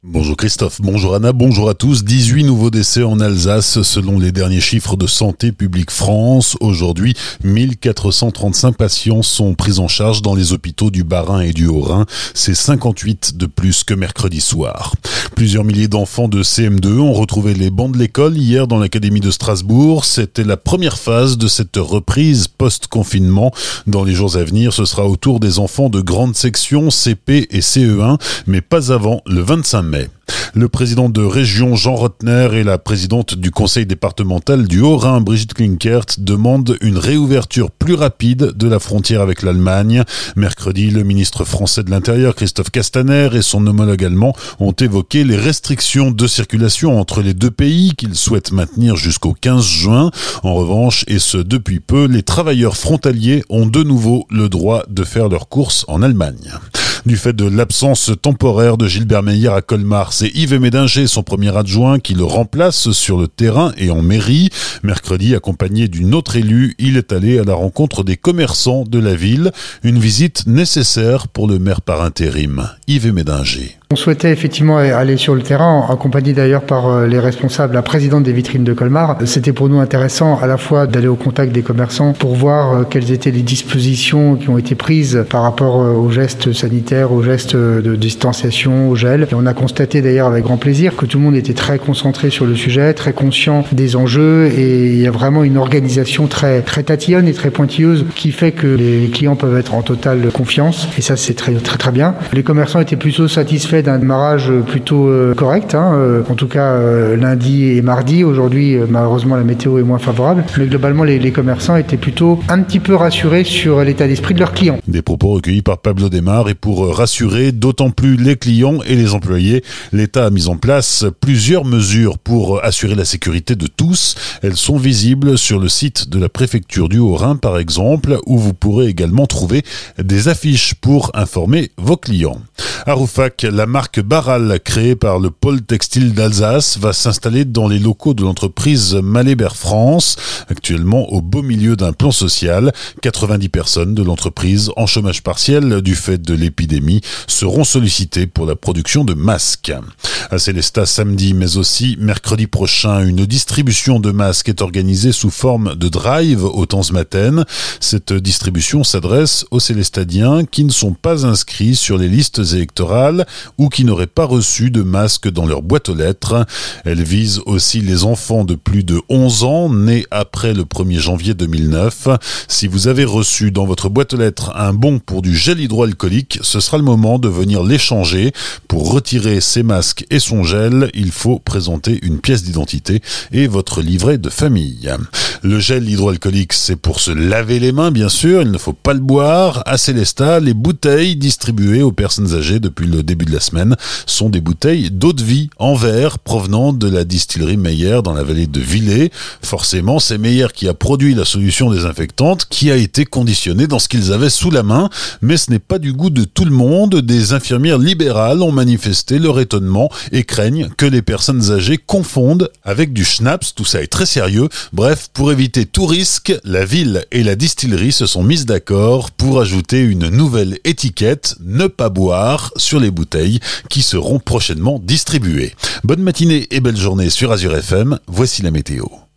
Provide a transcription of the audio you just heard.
Bonjour Christophe, bonjour Anna, bonjour à tous. 18 nouveaux décès en Alsace selon les derniers chiffres de Santé publique France. Aujourd'hui, 1435 patients sont pris en charge dans les hôpitaux du Bas-Rhin et du Haut-Rhin. C'est 58 de plus que mercredi soir. Plusieurs milliers d'enfants de CM2 ont retrouvé les bancs de l'école hier dans l'académie de Strasbourg. C'était la première phase de cette reprise post-confinement. Dans les jours à venir, ce sera au tour des enfants de grande section CP et CE1, mais pas avant le 25 mai. Le président de région Jean Rotner et la présidente du conseil départemental du Haut-Rhin Brigitte Klinkert demandent une réouverture plus rapide de la frontière avec l'Allemagne. Mercredi, le ministre français de l'Intérieur Christophe Castaner et son homologue allemand ont évoqué les restrictions de circulation entre les deux pays qu'ils souhaitent maintenir jusqu'au 15 juin. En revanche, et ce depuis peu, les travailleurs frontaliers ont de nouveau le droit de faire leurs courses en Allemagne. Du fait de l'absence temporaire de Gilbert Meyer à Colmar, c'est Yves Médinger, son premier adjoint, qui le remplace sur le terrain et en mairie. Mercredi, accompagné d'une autre élue, il est allé à la rencontre des commerçants de la ville. Une visite nécessaire pour le maire par intérim, Yves Médinger. On souhaitait effectivement aller sur le terrain, accompagné d'ailleurs par les responsables, la présidente des vitrines de Colmar. C'était pour nous intéressant à la fois d'aller au contact des commerçants pour voir quelles étaient les dispositions qui ont été prises par rapport aux gestes sanitaires, aux gestes de distanciation, au gel. Et on a constaté d'ailleurs avec grand plaisir que tout le monde était très concentré sur le sujet, très conscient des enjeux, et il y a vraiment une organisation très tatillonne et très pointilleuse qui fait que les clients peuvent être en totale confiance, et ça c'est très bien. Les commerçants étaient plutôt satisfaits d'un démarrage plutôt correct, en tout cas lundi et mardi. Aujourd'hui, malheureusement, la météo est moins favorable, mais globalement, les commerçants étaient plutôt un petit peu rassurés sur l'état d'esprit de leurs clients. Des propos recueillis par Pablo Desmar, et pour rassurer d'autant plus les clients et les employés, l'État a mis en place plusieurs mesures pour assurer la sécurité de tous. Elles sont visibles sur le site de la préfecture du Haut-Rhin, par exemple, où vous pourrez également trouver des affiches pour informer vos clients. À Rouffach, la marque Barral, créée par le pôle textile d'Alsace, va s'installer dans les locaux de l'entreprise Malébert France, actuellement au beau milieu d'un plan social. 90 personnes de l'entreprise en chômage partiel du fait de l'épidémie seront sollicitées pour la production de masques. À Célestat samedi, mais aussi mercredi prochain, une distribution de masques est organisée sous forme de drive au temps ce matin. Cette distribution s'adresse aux Célestadiens qui ne sont pas inscrits sur les listes électorales ou qui n'auraient pas reçu de masque dans leur boîte aux lettres. Elle vise aussi les enfants de plus de 11 ans nés après le 1er janvier 2009. Si vous avez reçu dans votre boîte aux lettres un bon pour du gel hydroalcoolique, ce sera le moment de venir l'échanger. Pour retirer ces masques et son gel, il faut présenter une pièce d'identité et votre livret de famille. Le gel hydroalcoolique, c'est pour se laver les mains, bien sûr, il ne faut pas le boire. À Célestat, les bouteilles distribuées aux personnes âgées depuis le début de la semaine sont des bouteilles d'eau de vie en verre provenant de la distillerie Meyer dans la vallée de Villers. Forcément, c'est Meyer qui a produit la solution désinfectante qui a été conditionnée dans ce qu'ils avaient sous la main, mais ce n'est pas du goût de tout le monde. Des infirmières libérales ont manifesté leur étonnement et craignent que les personnes âgées confondent avec du schnapps. Tout ça est très sérieux. Bref, pour éviter tout risque, la ville et la distillerie se sont mises d'accord pour ajouter une nouvelle étiquette « Ne pas boire » sur les bouteilles qui seront prochainement distribuées. Bonne matinée et belle journée sur Azure FM, voici la météo.